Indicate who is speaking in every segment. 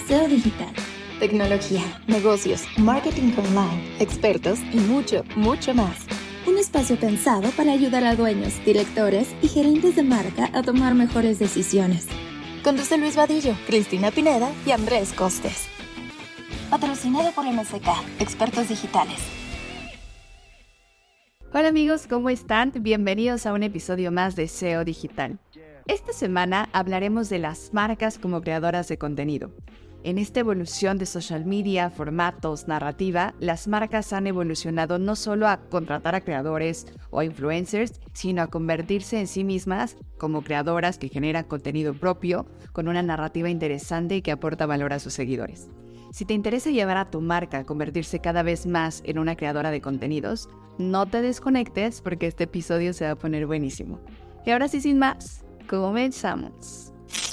Speaker 1: SEO digital. Tecnología, negocios, marketing online, expertos y mucho, mucho más. Un espacio pensado para ayudar a dueños, directores y gerentes de marca a tomar mejores decisiones. Conduce Luis Vadillo, Cristina Pineda y Andrés Costes. Patrocinado por MSK, expertos digitales.
Speaker 2: Hola amigos, ¿cómo están? Bienvenidos a un episodio más de SEO Digital. Esta semana hablaremos de las marcas como creadoras de contenido. En esta evolución de social media, formatos, narrativa, las marcas han evolucionado no solo a contratar a creadores o a influencers, sino a convertirse en sí mismas como creadoras que generan contenido propio, con una narrativa interesante y que aporta valor a sus seguidores. Si te interesa llevar a tu marca a convertirse cada vez más en una creadora de contenidos, no te desconectes porque este episodio se va a poner buenísimo. Y ahora sí, sin más, comenzamos.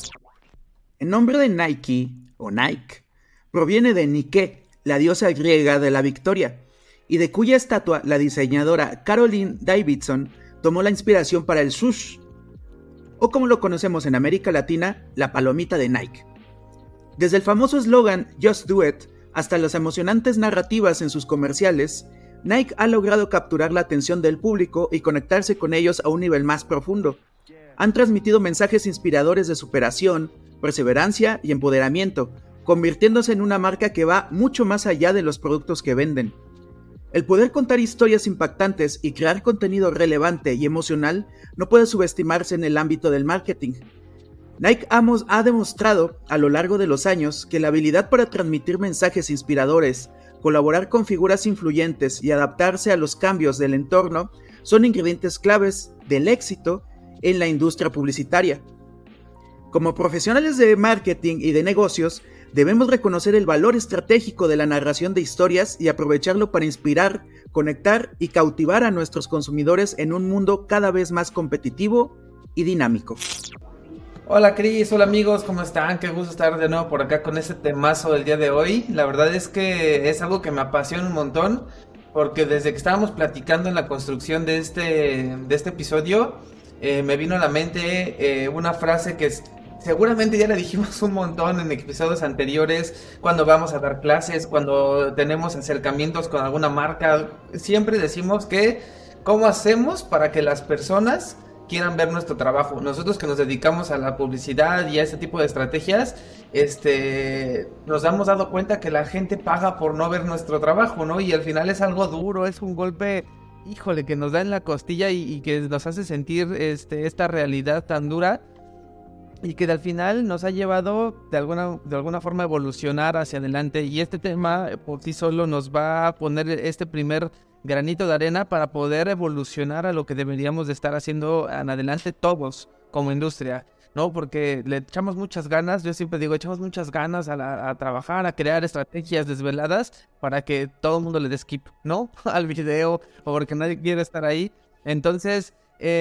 Speaker 3: El nombre de Nike, o Nike, proviene de Nike, la diosa griega de la victoria, y de cuya estatua la diseñadora Caroline Davidson tomó la inspiración para el swoosh, o como lo conocemos en América Latina, la palomita de Nike. Desde el famoso eslogan Just Do It hasta las emocionantes narrativas en sus comerciales, Nike ha logrado capturar la atención del público y conectarse con ellos a un nivel más profundo. Han transmitido mensajes inspiradores de superación, perseverancia y empoderamiento, convirtiéndose en una marca que va mucho más allá de los productos que venden. El poder contar historias impactantes y crear contenido relevante y emocional no puede subestimarse en el ámbito del marketing. Nike ha demostrado a lo largo de los años que la habilidad para transmitir mensajes inspiradores, colaborar con figuras influyentes y adaptarse a los cambios del entorno son ingredientes claves del éxito en la industria publicitaria. Como profesionales de marketing y de negocios, debemos reconocer el valor estratégico de la narración de historias y aprovecharlo para inspirar, conectar y cautivar a nuestros consumidores en un mundo cada vez más competitivo y dinámico.
Speaker 4: Hola Cris, hola amigos, ¿cómo están? Qué gusto estar de nuevo por acá con este temazo del día de hoy. La verdad es que es algo que me apasiona un montón, porque desde que estábamos platicando en la construcción de este episodio, me vino a la mente una frase que seguramente ya la dijimos un montón en episodios anteriores, cuando vamos a dar clases, cuando tenemos acercamientos con alguna marca. Siempre decimos que ¿cómo hacemos para que las personas quieran ver nuestro trabajo? Nosotros que nos dedicamos a la publicidad y a este tipo de estrategias, nos hemos dado cuenta que la gente paga por no ver nuestro trabajo, ¿no? Y al final es algo duro, es un golpe, híjole, que nos da en la costilla y que nos hace sentir esta realidad tan dura, y que al final nos ha llevado de alguna forma a evolucionar hacia adelante. Y este tema por sí solo nos va a poner este primer granito de arena para poder evolucionar a lo que deberíamos de estar haciendo en adelante todos como industria, ¿no? Porque le echamos muchas ganas, yo siempre digo, echamos muchas ganas a trabajar, a crear estrategias desveladas para que todo el mundo le dé skip, ¿no? Al video, o porque nadie quiere estar ahí. Entonces,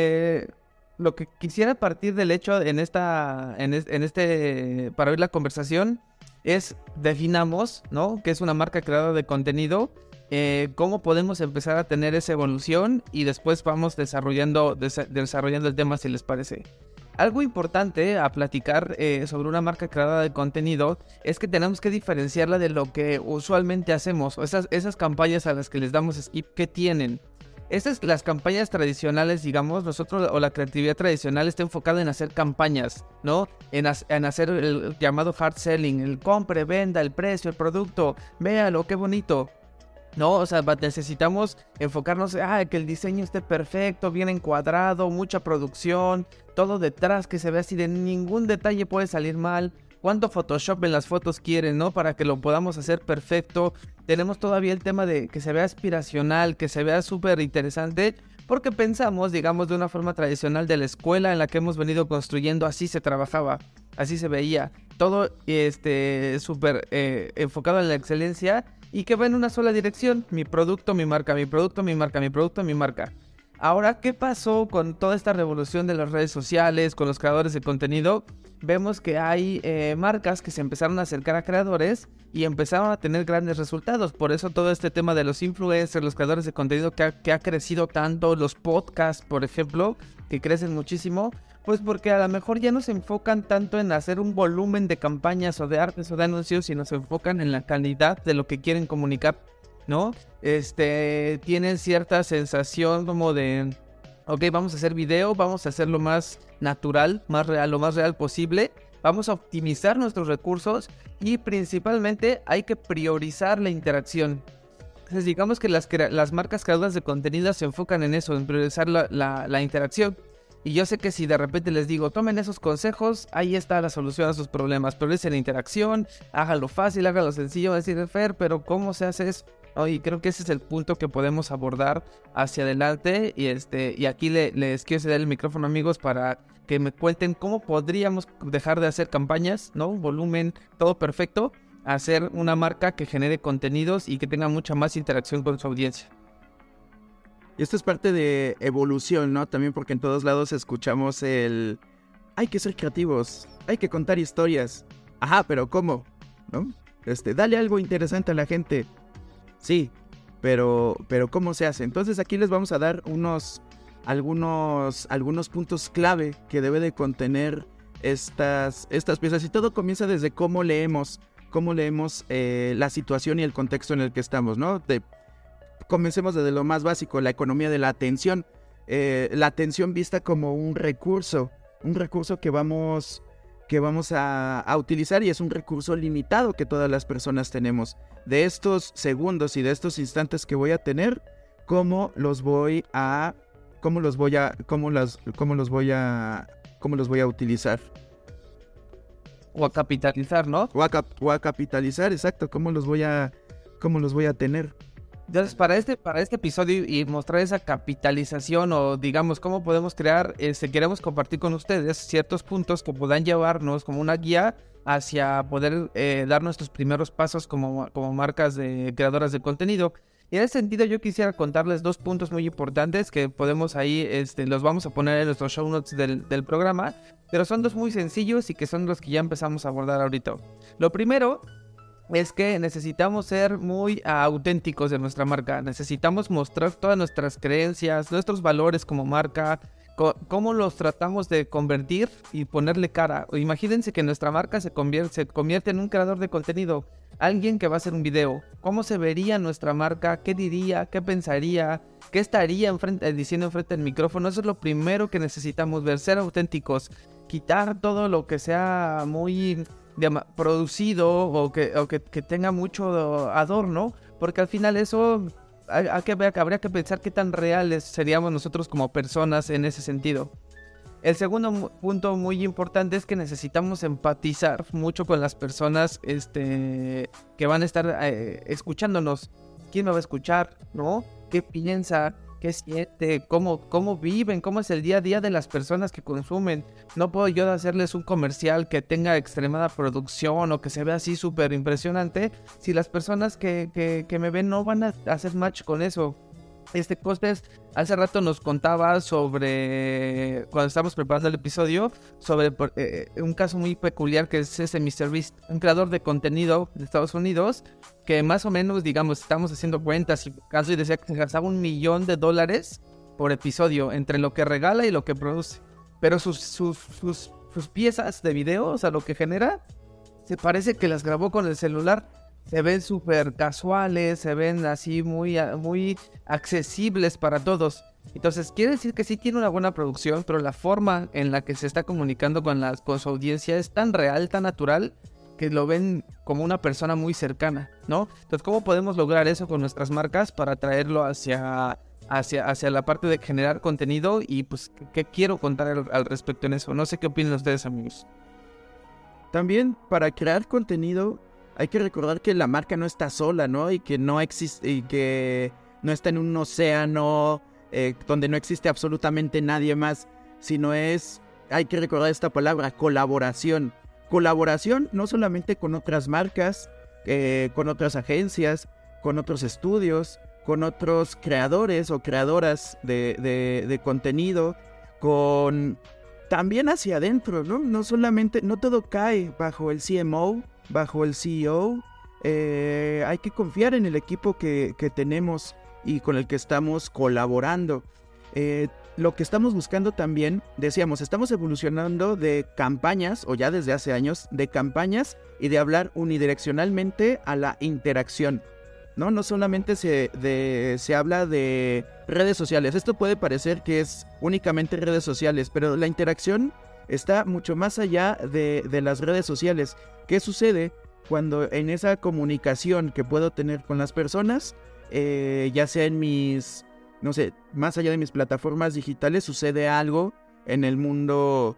Speaker 4: lo que quisiera partir del hecho para abrir la conversación es definamos, ¿no?, qué es una marca creadora de contenido, cómo podemos empezar a tener esa evolución, y después vamos desarrollando el tema, si les parece. Algo importante a platicar sobre una marca creadora de contenido es que tenemos que diferenciarla de lo que usualmente hacemos, o esas campañas a las que les damos skip, ¿qué tienen? Las campañas tradicionales, digamos, o la creatividad tradicional está enfocada en hacer campañas, ¿no? En hacer el llamado hard selling, el compre, venda, el precio, el producto, véalo, qué bonito, ¿no? O sea, necesitamos enfocarnos que el diseño esté perfecto, bien encuadrado, mucha producción, todo detrás que se vea así, de ningún detalle puede salir mal. ¿Cuánto Photoshop en las fotos quieren, no? Para que lo podamos hacer perfecto. Tenemos todavía el tema de que se vea aspiracional, que se vea súper interesante, porque pensamos, digamos, de una forma tradicional de la escuela en la que hemos venido construyendo, así se trabajaba, así se veía. Todo súper enfocado en la excelencia y que va en una sola dirección: mi producto, mi marca, mi producto, mi marca, mi producto, mi marca. Ahora, ¿qué pasó con toda esta revolución de las redes sociales, con los creadores de contenido? vemos que hay marcas que se empezaron a acercar a creadores y empezaron a tener grandes resultados. Por eso todo este tema de los influencers, los creadores de contenido que ha crecido tanto, los podcasts, por ejemplo, que crecen muchísimo, pues porque a lo mejor ya no se enfocan tanto en hacer un volumen de campañas o de artes o de anuncios, sino se enfocan en la calidad de lo que quieren comunicar, ¿no? Tienen cierta sensación como de, ok, vamos a hacer video, vamos a hacerlo más natural, más real, lo más real posible. Vamos a optimizar nuestros recursos y principalmente hay que priorizar la interacción. Entonces digamos que las marcas creadoras de contenido se enfocan en eso, en priorizar la interacción. Y yo sé que si de repente les digo, tomen esos consejos, ahí está la solución a sus problemas. Prioricen la interacción, háganlo fácil, háganlo sencillo. Va a decir, Fer, pero ¿cómo se hace eso? Y creo que ese es el punto que podemos abordar hacia adelante. Y aquí les quiero ceder el micrófono, amigos, para que me cuenten cómo podríamos dejar de hacer campañas, ¿no? Volumen, todo perfecto, hacer una marca que genere contenidos y que tenga mucha más interacción con su audiencia.
Speaker 3: Y esto es parte de evolución, ¿no? También porque en todos lados escuchamos hay que ser creativos, hay que contar historias. Ajá, pero ¿cómo? ¿No? Dale algo interesante a la gente. Sí, pero ¿cómo se hace? Entonces aquí les vamos a dar algunos puntos clave que debe de contener estas piezas. Y todo comienza desde cómo leemos la situación y el contexto en el que estamos, ¿no? Comencemos desde lo más básico, la economía de la atención. La atención vista como un recurso que vamos a utilizar, y es un recurso limitado que todas las personas tenemos. De estos segundos y de estos instantes que voy a tener, ¿cómo los voy a utilizar?
Speaker 4: O a capitalizar, ¿no?
Speaker 3: O a capitalizar, exacto. ¿Cómo los voy a tener?
Speaker 4: Entonces, para este episodio y mostrar esa capitalización, o digamos cómo podemos crear, queremos compartir con ustedes ciertos puntos que puedan llevarnos como una guía hacia poder dar nuestros primeros pasos como marcas creadoras de contenido. Y en ese sentido yo quisiera contarles 2 puntos muy importantes que podemos ahí, los vamos a poner en nuestros show notes del programa, pero son 2 muy sencillos y que son los que ya empezamos a abordar ahorita. Lo primero es que necesitamos ser muy auténticos de nuestra marca. Necesitamos mostrar todas nuestras creencias, nuestros valores como marca, cómo los tratamos de convertir y ponerle cara. Imagínense que nuestra marca se convierte en un creador de contenido, alguien que va a hacer un video. ¿Cómo se vería nuestra marca? ¿Qué diría? ¿Qué pensaría? ¿Qué estaría diciendo enfrente del micrófono? Eso es lo primero que necesitamos ver, ser auténticos, quitar todo lo que sea muy producido o que tenga mucho adorno, porque al final eso habría que pensar qué tan reales seríamos nosotros como personas en ese sentido. El segundo punto muy importante es que necesitamos empatizar mucho con las personas que van a estar escuchándonos. ¿Quién me va a escuchar? ¿No? ¿Qué piensa? ¿Qué siente? ¿Cómo viven? ¿Cómo es el día a día de las personas que consumen? No puedo yo hacerles un comercial que tenga extremada producción o que se vea así súper impresionante si las personas que me ven no van a hacer match con eso. Costes hace rato nos contaba sobre, cuando estábamos preparando el episodio, sobre un caso muy peculiar que es ese MrBeast, un creador de contenido de Estados Unidos, que más o menos, digamos, estamos haciendo cuentas y decía que se gastaba $1 millón por episodio entre lo que regala y lo que produce. Pero sus piezas de video, o sea, lo que genera, se parece que las grabó con el celular. Se ven súper casuales, se ven así muy accesibles para todos. Entonces quiere decir que sí tiene una buena producción, pero la forma en la que se está comunicando con su audiencia es tan real, tan natural, que lo ven como una persona muy cercana, ¿no? Entonces, ¿cómo podemos lograr eso con nuestras marcas para traerlo hacia la parte de generar contenido? Y pues, ¿qué quiero contar al respecto en eso? No sé qué opinan ustedes, amigos.
Speaker 3: También para crear contenido hay que recordar que la marca no está sola, ¿no? Y que no existe, y que no está en un océano donde no existe absolutamente nadie más, sino hay que recordar esta palabra, colaboración. Colaboración no solamente con otras marcas, con otras agencias, con otros estudios, con otros creadores o creadoras de contenido, con también hacia adentro, ¿no? No solamente, no todo cae bajo el CMO, bajo el CEO. Hay que confiar en el equipo que tenemos y con el que estamos colaborando. Lo que estamos buscando también, decíamos, estamos evolucionando de campañas, o ya desde hace años, de campañas y de hablar unidireccionalmente a la interacción, ¿no? No solamente se habla de redes sociales. Esto puede parecer que es únicamente redes sociales, pero la interacción está mucho más allá de las redes sociales. ¿Qué sucede cuando en esa comunicación que puedo tener con las personas, ya sea en mis, no sé, más allá de mis plataformas digitales, sucede algo en el mundo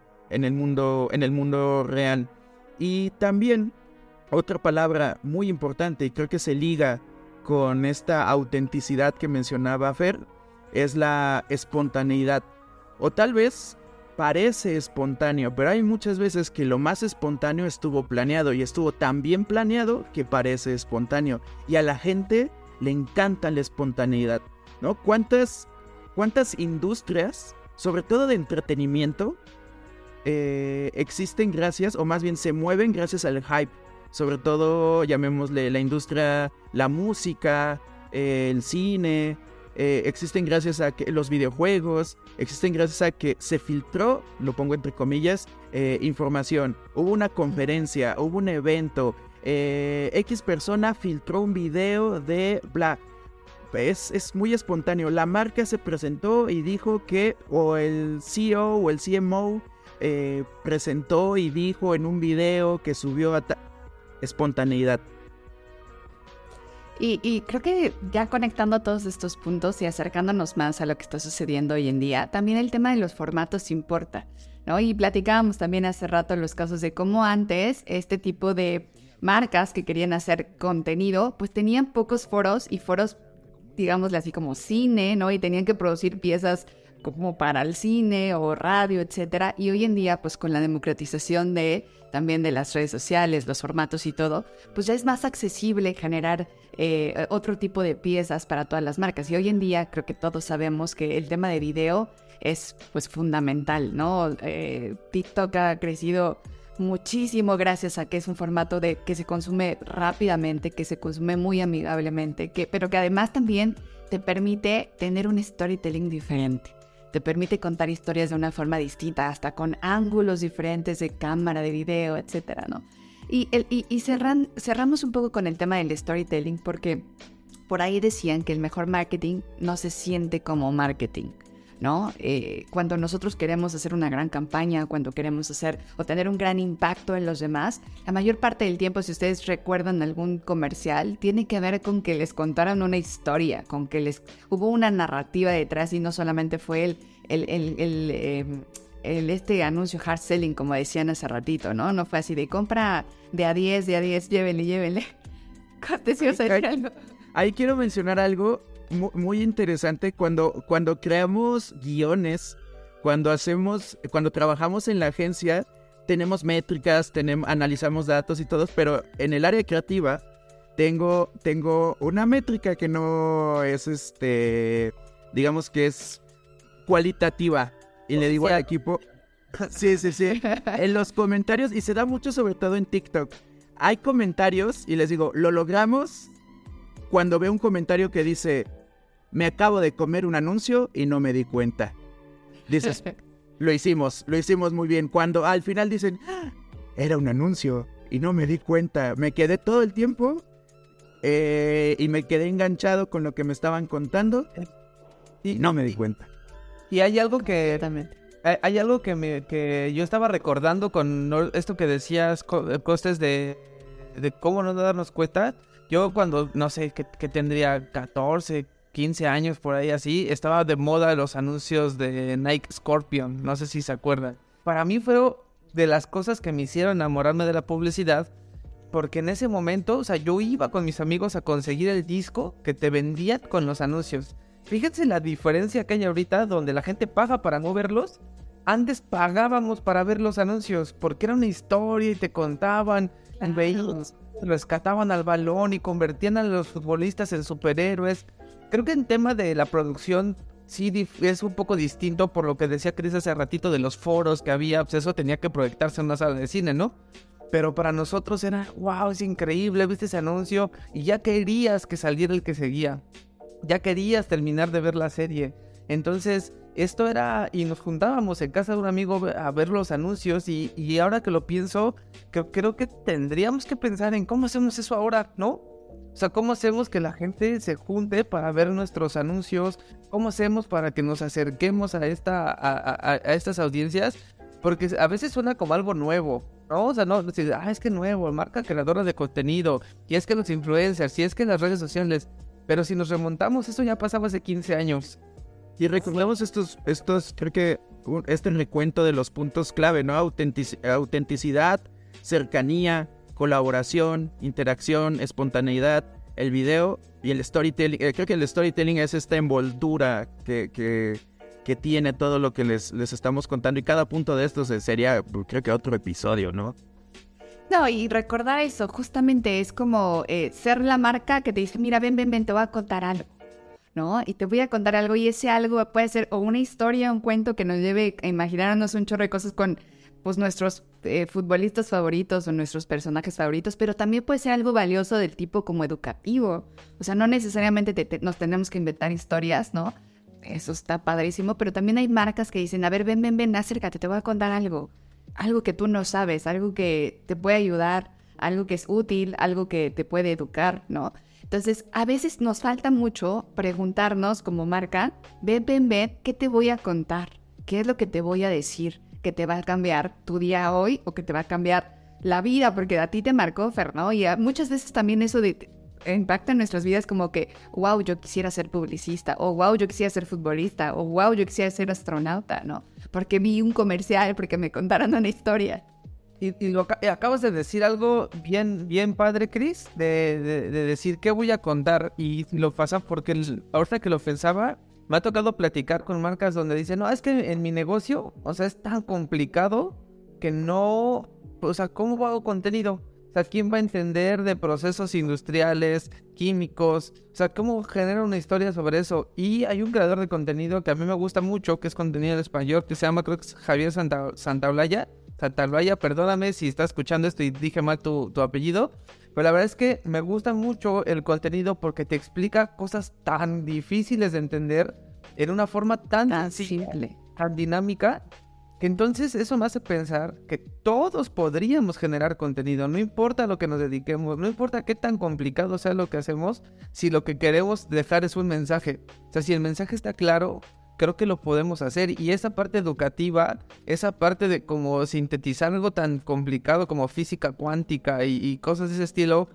Speaker 3: real? Y también otra palabra muy importante, y creo que se liga con esta autenticidad que mencionaba Fer, es la espontaneidad. O tal vez parece espontáneo, pero hay muchas veces que lo más espontáneo estuvo planeado, y estuvo tan bien planeado que parece espontáneo. Y a la gente le encanta la espontaneidad, ¿no? ¿Cuántas industrias, sobre todo de entretenimiento, existen gracias, o más bien se mueven gracias al hype? Sobre todo, llamémosle la industria, la música, el cine, existen gracias a que los videojuegos, existen gracias a que se filtró, lo pongo entre comillas, información. Hubo una conferencia, hubo un evento, X persona filtró un video de bla. Es muy espontáneo. La marca se presentó y dijo que, o el CEO o el CMO presentó y dijo en un video que subió a espontaneidad.
Speaker 2: Y creo que ya conectando todos estos puntos y acercándonos más a lo que está sucediendo hoy en día, también el tema de los formatos importa, ¿no? Y platicábamos también hace rato los casos de cómo antes este tipo de marcas que querían hacer contenido, pues tenían pocos foros, y foros, digámosle así, como cine, ¿no? Y tenían que producir piezas como para el cine o radio, etcétera. Y hoy en día, pues con la democratización también de las redes sociales, los formatos y todo, pues ya es más accesible generar otro tipo de piezas para todas las marcas. Y hoy en día creo que todos sabemos que el tema de video es pues fundamental, ¿no? TikTok ha crecido muchísimo gracias a que es un formato que se consume rápidamente, que se consume muy amigablemente, pero que además también te permite tener un storytelling diferente. Te permite contar historias de una forma distinta, hasta con ángulos diferentes de cámara, de video, etcétera, ¿no? Y cerramos un poco con el tema del storytelling, porque por ahí decían que el mejor marketing no se siente como marketing, ¿no? Cuando nosotros queremos hacer una gran campaña, cuando queremos hacer o tener un gran impacto en los demás, la mayor parte del tiempo, si ustedes recuerdan algún comercial, tiene que ver con que les contaran una historia, con que hubo una narrativa detrás, y no solamente fue este anuncio hard selling, como decían hace ratito, ¿no? No fue así de compra de a 10, llévenle.
Speaker 3: Ahí quiero mencionar algo muy interesante. Cuando creamos guiones, cuando trabajamos en la agencia, tenemos métricas, analizamos datos y todo, pero en el área creativa tengo una métrica que no es digamos que es cualitativa, y le digo al equipo, sí, en los comentarios, y se da mucho sobre todo en TikTok, hay comentarios y les digo, lo logramos cuando veo un comentario que dice: me acabo de comer un anuncio y no me di cuenta. Dices, lo hicimos muy bien. Cuando al final dicen, era un anuncio y no me di cuenta, me quedé todo el tiempo y me quedé enganchado con lo que me estaban contando y no me di cuenta.
Speaker 4: Y hay algo que yo estaba recordando con esto que decías, Costes, de cómo no darnos cuenta. Yo cuando, no sé, que tendría 14, 15 años por ahí así, estaba de moda los anuncios de Nike Scorpion, no sé si se acuerdan. Para mí fue de las cosas que me hicieron enamorarme de la publicidad, porque en ese momento, o sea, yo iba con mis amigos a conseguir el disco que te vendían con los anuncios. Fíjense la diferencia que hay ahorita, donde la gente paga para no verlos. Antes pagábamos para ver los anuncios, porque era una historia y te contaban, rescataban al balón y convertían a los futbolistas en superhéroes. Creo que en tema de la producción sí es un poco distinto por lo que decía Chris hace ratito de los foros que había, pues eso tenía que proyectarse en una sala de cine, ¿no? Pero para nosotros era, wow, es increíble, viste ese anuncio y ya querías que saliera el que seguía. Ya querías terminar de ver la serie. Entonces, esto era, y nos juntábamos en casa de un amigo a ver los anuncios y ahora que lo pienso, creo que tendríamos que pensar en cómo hacemos eso ahora, ¿no? O sea, ¿cómo hacemos que la gente se junte para ver nuestros anuncios? ¿Cómo hacemos para que nos acerquemos a estas audiencias? Porque a veces suena como algo nuevo, ¿no? O sea, no, es que nuevo, marca creadora de contenido, y es que los influencers, y es que las redes sociales. Pero si nos remontamos, eso ya pasaba hace 15 años.
Speaker 3: Y recordemos creo que este recuento de los puntos clave, ¿no? Autenticidad, cercanía, colaboración, interacción, espontaneidad, el video y el storytelling. Creo que el storytelling es esta envoltura que tiene todo lo que les estamos contando. Y cada punto de estos sería, creo que otro episodio, ¿no?
Speaker 2: No, y recordar eso, justamente es como ser la marca que te dice, mira, ven, te voy a contar algo, ¿no? Y te voy a contar algo, y ese algo puede ser o una historia, un cuento que nos lleve a imaginarnos un chorro de cosas con, pues, nuestros futbolistas favoritos o nuestros personajes favoritos, pero también puede ser algo valioso del tipo como educativo. O sea, no necesariamente nos tenemos que inventar historias, ¿no? Eso está padrísimo, pero también hay marcas que dicen, a ver, ven, acércate, te voy a contar algo. Algo que tú no sabes, algo que te puede ayudar, algo que es útil, algo que te puede educar, ¿no? Entonces, a veces nos falta mucho preguntarnos como marca, ven, ¿qué te voy a contar? ¿Qué es lo que te voy a decir que te va a cambiar tu día hoy o que te va a cambiar la vida? Porque a ti te marcó, Fer, ¿no? Y muchas veces también eso impacta en nuestras vidas como que, wow, yo quisiera ser publicista, o wow, yo quisiera ser futbolista, o wow, yo quisiera ser astronauta, ¿no? Porque vi un comercial, porque me contaron una historia.
Speaker 4: Y acabas de decir algo bien padre, Chris, de decir qué voy a contar, y lo pasa porque ahorita que lo pensaba, me ha tocado platicar con marcas donde dicen, no, es que en mi negocio, o sea, es tan complicado que no, o sea, ¿cómo hago contenido? O sea, ¿quién va a entender de procesos industriales, químicos? O sea, ¿cómo genera una historia sobre eso? Y hay un creador de contenido que a mí me gusta mucho, que es contenido en español, que se llama, creo que es Javier Santaolalla, perdóname si estás escuchando esto y dije mal tu apellido, pero la verdad es que me gusta mucho el contenido porque te explica cosas tan difíciles de entender en una forma tan simple, tan dinámica, que entonces eso me hace pensar que todos podríamos generar contenido, no importa lo que nos dediquemos, no importa qué tan complicado sea lo que hacemos, si lo que queremos dejar es un mensaje. O sea, si el mensaje está claro, creo que lo podemos hacer, y esa parte educativa, esa parte de como sintetizar algo tan complicado como física cuántica y cosas de ese estilo,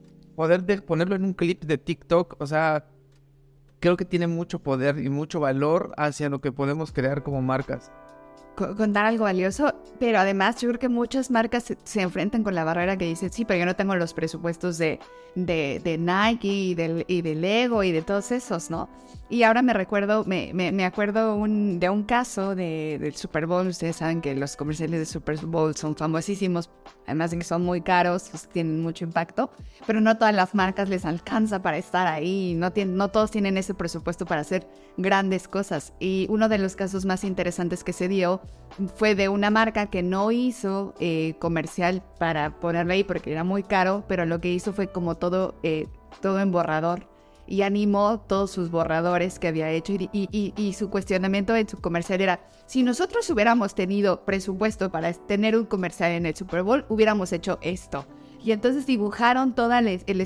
Speaker 4: poder ponerlo en un clip de TikTok, o sea, creo que tiene mucho poder y mucho valor hacia lo que podemos crear como marcas.
Speaker 2: Contar algo valioso, pero además yo creo que muchas marcas se enfrentan con la barrera que dicen, sí, pero yo no tengo los presupuestos de Nike y de Lego y de todos esos, ¿no? Y ahora me acuerdo de un caso del Super Bowl. Ustedes saben que los comerciales de Super Bowl son famosísimos, además de que son muy caros, pues tienen mucho impacto, pero no todas las marcas les alcanza para estar ahí, no todos tienen ese presupuesto para hacer grandes cosas. Y uno de los casos más interesantes que se dio fue de una marca que no hizo comercial para ponerle ahí porque era muy caro, pero lo que hizo fue como todo en borrador, y animó todos sus borradores que había hecho, y su cuestionamiento en su comercial era, si nosotros hubiéramos tenido presupuesto para tener un comercial en el Super Bowl, hubiéramos hecho esto. Y entonces dibujaron todo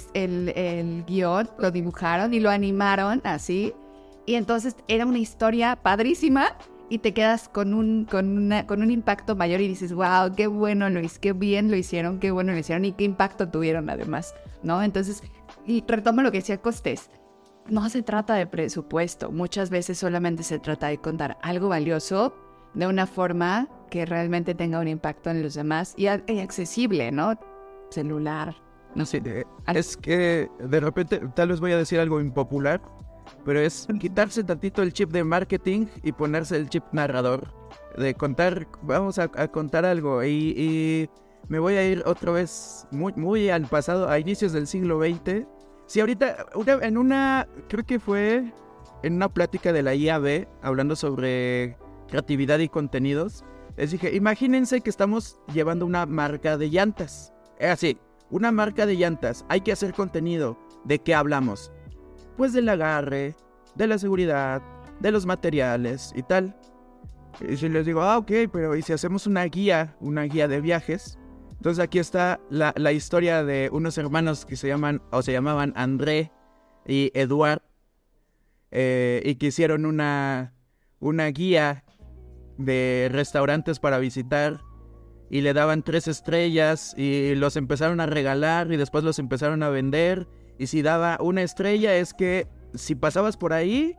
Speaker 2: el guión, lo dibujaron y lo animaron así, y entonces era una historia padrísima, y te quedas con un impacto mayor y dices, wow, qué bueno qué bien lo hicieron, qué bueno lo hicieron y qué impacto tuvieron además, ¿no? Entonces, y retomo lo que decía Costés, no se trata de presupuesto, muchas veces solamente se trata de contar algo valioso de una forma que realmente tenga un impacto en los demás y accesible, ¿no? Celular, no sé.
Speaker 3: Es que de repente tal vez voy a decir algo impopular, pero es quitarse tantito el chip de marketing y ponerse el chip narrador. De contar, vamos a contar algo. Y me voy a ir otra vez muy al pasado, a inicios del siglo XX. Sí, ahorita, creo que fue en una plática de la IAB, hablando sobre creatividad y contenidos, les dije, imagínense que estamos llevando una marca de llantas. Es así, una marca de llantas, hay que hacer contenido. ¿De qué hablamos? Pues del agarre, de la seguridad, de los materiales y tal. Y si les digo, ok, pero ¿y si hacemos una guía de viajes? Entonces aquí está la historia de unos hermanos que se llamaban André y Eduard, y que hicieron una guía de restaurantes para visitar, y le daban 3 estrellas, y los empezaron a regalar, y después los empezaron a vender, y si daba 1 estrella es que si pasabas por ahí,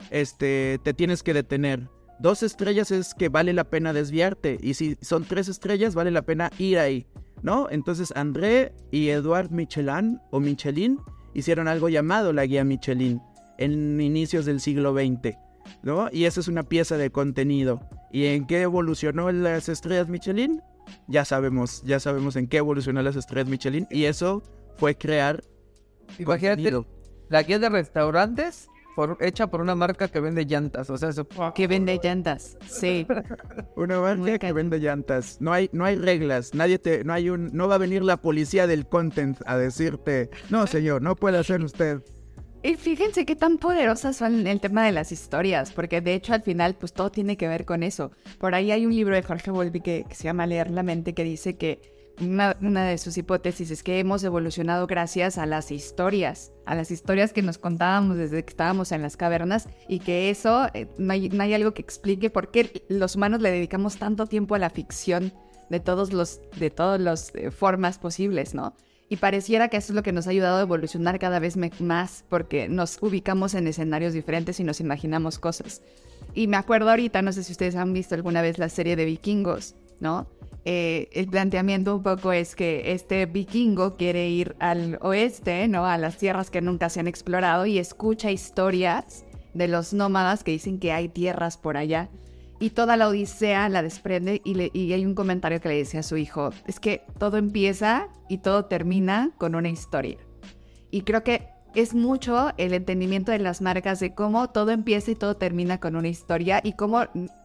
Speaker 3: te tienes que detener. 2 estrellas es que vale la pena desviarte, y si son 3 estrellas vale la pena ir ahí, ¿no? Entonces André y Eduard Michelin hicieron algo llamado la guía Michelin en inicios del siglo XX, ¿no? Y esa es una pieza de contenido. ¿Y en qué evolucionó las estrellas Michelin? Ya sabemos en qué evolucionó las estrellas Michelin, y eso fue crear
Speaker 4: Imagínate,
Speaker 3: contenido.
Speaker 4: la guía de restaurantes hecha por una marca que vende llantas, o sea, eso...
Speaker 2: Que vende llantas, sí.
Speaker 3: Una marca que vende llantas. No hay reglas. No va a venir la policía del content a decirte, no señor, no puede hacer usted.
Speaker 2: Y fíjense qué tan poderosas son el tema de las historias, porque de hecho al final pues todo tiene que ver con eso. Por ahí hay un libro de Jorge Volpi que se llama Leer la mente, que dice que una de sus hipótesis es que hemos evolucionado gracias a las historias que nos contábamos desde que estábamos en las cavernas, y que eso no hay algo que explique por qué los humanos le dedicamos tanto tiempo a la ficción de todas las formas posibles, ¿no? Y pareciera que eso es lo que nos ha ayudado a evolucionar cada vez más, porque nos ubicamos en escenarios diferentes y nos imaginamos cosas. Y me acuerdo ahorita, no sé si ustedes han visto alguna vez la serie de Vikingos, ¿no? El planteamiento un poco es que este vikingo quiere ir al oeste, ¿no? A las tierras que nunca se han explorado, y escucha historias de los nómadas que dicen que hay tierras por allá. Y toda la odisea la desprende, y hay un comentario que le dice a su hijo, es que todo empieza y todo termina con una historia. Y creo que es mucho el entendimiento de las marcas de cómo todo empieza y todo termina con una historia, y cómo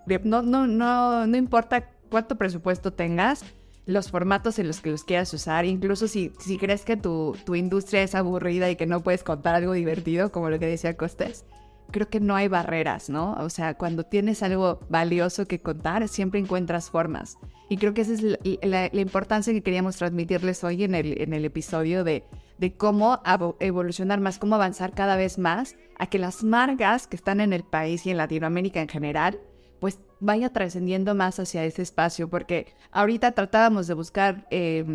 Speaker 2: no importa cuánto presupuesto tengas, los formatos en los que los quieras usar, incluso si crees que tu industria es aburrida y que no puedes contar algo divertido, como lo que decía Costes, creo que no hay barreras, ¿no? O sea, cuando tienes algo valioso que contar, siempre encuentras formas. Y creo que esa es la importancia que queríamos transmitirles hoy en el episodio de cómo evolucionar más, cómo avanzar cada vez más a que las marcas que están en el país y en Latinoamérica en general pues vaya trascendiendo más hacia ese espacio, porque ahorita tratábamos de buscar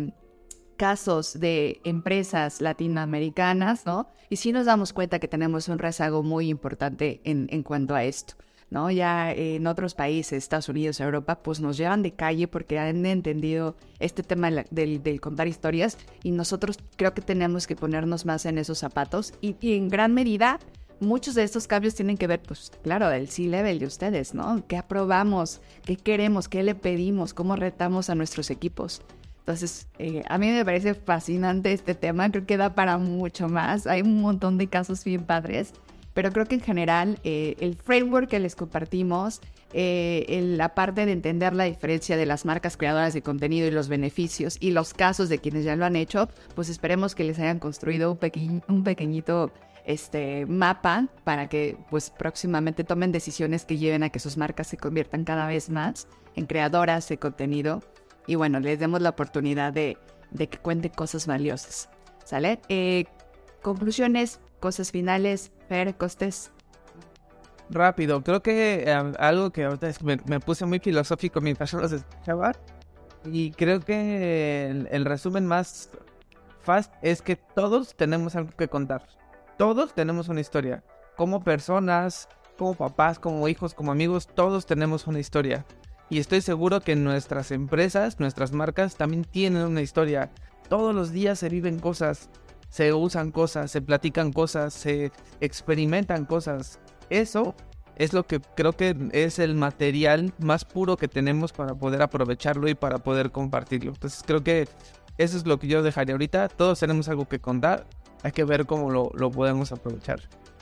Speaker 2: casos de empresas latinoamericanas, ¿no? Y sí nos damos cuenta que tenemos un rezago muy importante en cuanto a esto, ¿no? Ya en otros países, Estados Unidos, Europa, pues nos llevan de calle porque han entendido este tema del contar historias, y nosotros creo que tenemos que ponernos más en esos zapatos, y en gran medida muchos de estos cambios tienen que ver, pues claro, del C-level de ustedes, ¿no? ¿Qué aprobamos? ¿Qué queremos? ¿Qué le pedimos? ¿Cómo retamos a nuestros equipos? Entonces, a mí me parece fascinante este tema. Creo que da para mucho más. Hay un montón de casos bien padres. Pero creo que en general el framework que les compartimos, la parte de entender la diferencia de las marcas creadoras de contenido y los beneficios y los casos de quienes ya lo han hecho, pues esperemos que les hayan construido un pequeñito mapa para que pues próximamente tomen decisiones que lleven a que sus marcas se conviertan cada vez más en creadoras de contenido, y bueno, les demos la oportunidad de que cuenten cosas valiosas, ¿sale? Conclusiones, cosas finales, Fer, Costes.
Speaker 4: Rápido, creo que algo que ahorita me puse muy filosófico mientras los escuchaba, y creo que el resumen más fast es que todos tenemos algo que contar. Todos tenemos una historia, como personas, como papás, como hijos, como amigos, todos tenemos una historia. Y estoy seguro que nuestras empresas, nuestras marcas también tienen una historia. Todos los días se viven cosas, se usan cosas, se platican cosas, se experimentan cosas. Eso es lo que creo que es el material más puro que tenemos para poder aprovecharlo y para poder compartirlo. Entonces creo que eso es lo que yo dejaría ahorita. Todos tenemos algo que contar. Hay que ver cómo lo podemos aprovechar.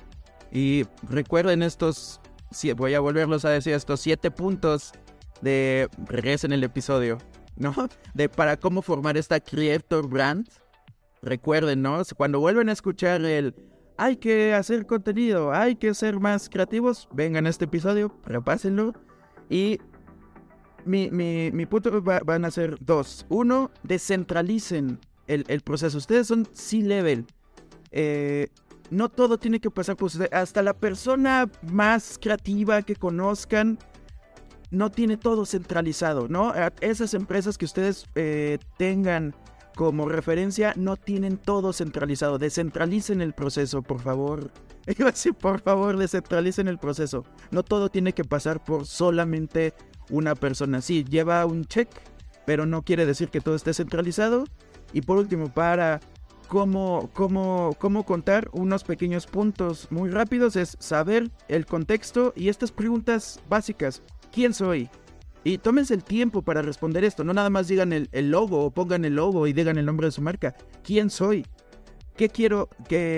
Speaker 3: Y recuerden voy a volverlos a decir, estos 7 puntos de regresen el episodio, ¿no? Para cómo formar esta creator brand. Recuerden, ¿no? Cuando vuelven a escuchar hay que hacer contenido, hay que ser más creativos, vengan a este episodio, repásenlo. Y mi punto van a ser 2. 1, descentralicen el proceso. Ustedes son C-level. No todo tiene que pasar por ustedes. Hasta la persona más creativa que conozcan no tiene todo centralizado, ¿no? Esas empresas que ustedes tengan como referencia no tienen todo centralizado. Descentralicen el proceso, por favor. Sí, por favor, descentralicen el proceso. No todo tiene que pasar por solamente una persona. Sí, lleva un check, pero no quiere decir que todo esté centralizado. Y por último, para cómo contar unos pequeños puntos muy rápidos, es saber el contexto y estas preguntas básicas. ¿Quién soy? Y tómense el tiempo para responder esto. No nada más digan el logo o pongan el logo y digan el nombre de su marca. ¿Quién soy? ¿Qué quiero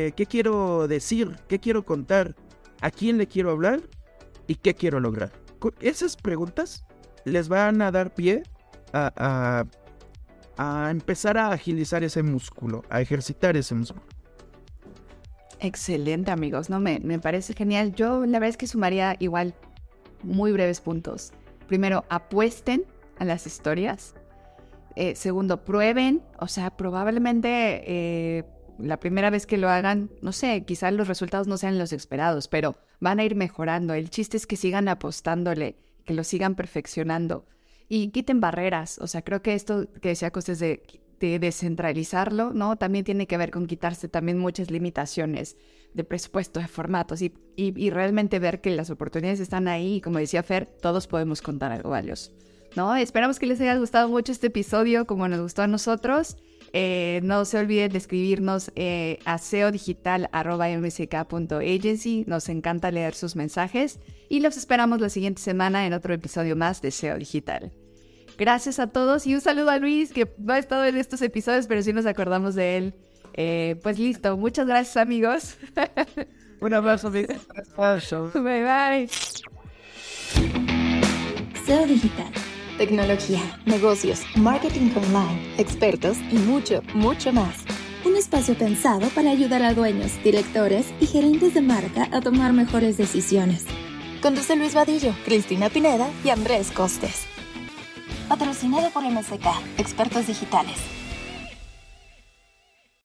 Speaker 3: decir? ¿Qué quiero contar? ¿A quién le quiero hablar? ¿Y qué quiero lograr? Esas preguntas les van a dar pie a empezar a agilizar ese músculo, a ejercitar ese músculo.
Speaker 2: Excelente, amigos. No, me parece genial. Yo la verdad es que sumaría igual muy breves puntos. Primero, apuesten a las historias. Segundo, prueben. O sea, probablemente la primera vez que lo hagan, no sé, quizás los resultados no sean los esperados, pero van a ir mejorando. El chiste es que sigan apostándole, que lo sigan perfeccionando. Y quiten barreras. O sea, creo que esto que decía Costes de descentralizarlo, ¿no? También tiene que ver con quitarse también muchas limitaciones de presupuesto, de formatos y realmente ver que las oportunidades están ahí. Y como decía Fer, todos podemos contar algo valioso, ¿no? Esperamos que les haya gustado mucho este episodio como nos gustó a nosotros. No se olviden de escribirnos a seodigital@msk.agency. Nos encanta leer sus mensajes y los esperamos la siguiente semana en otro episodio más de SEO Digital. Gracias a todos y un saludo a Luis, que no ha estado en estos episodios, pero sí nos acordamos de él. Pues listo, muchas gracias, amigos.
Speaker 4: Un abrazo, amigos.
Speaker 2: Bye, bye.
Speaker 1: SEO Digital. Tecnología, negocios, marketing online, expertos y mucho, mucho más. Un espacio pensado para ayudar a dueños, directores y gerentes de marca a tomar mejores decisiones. Conduce Luis Vadillo, Cristina Pineda y Andrés Costes. Patrocinado por MSK, Expertos Digitales.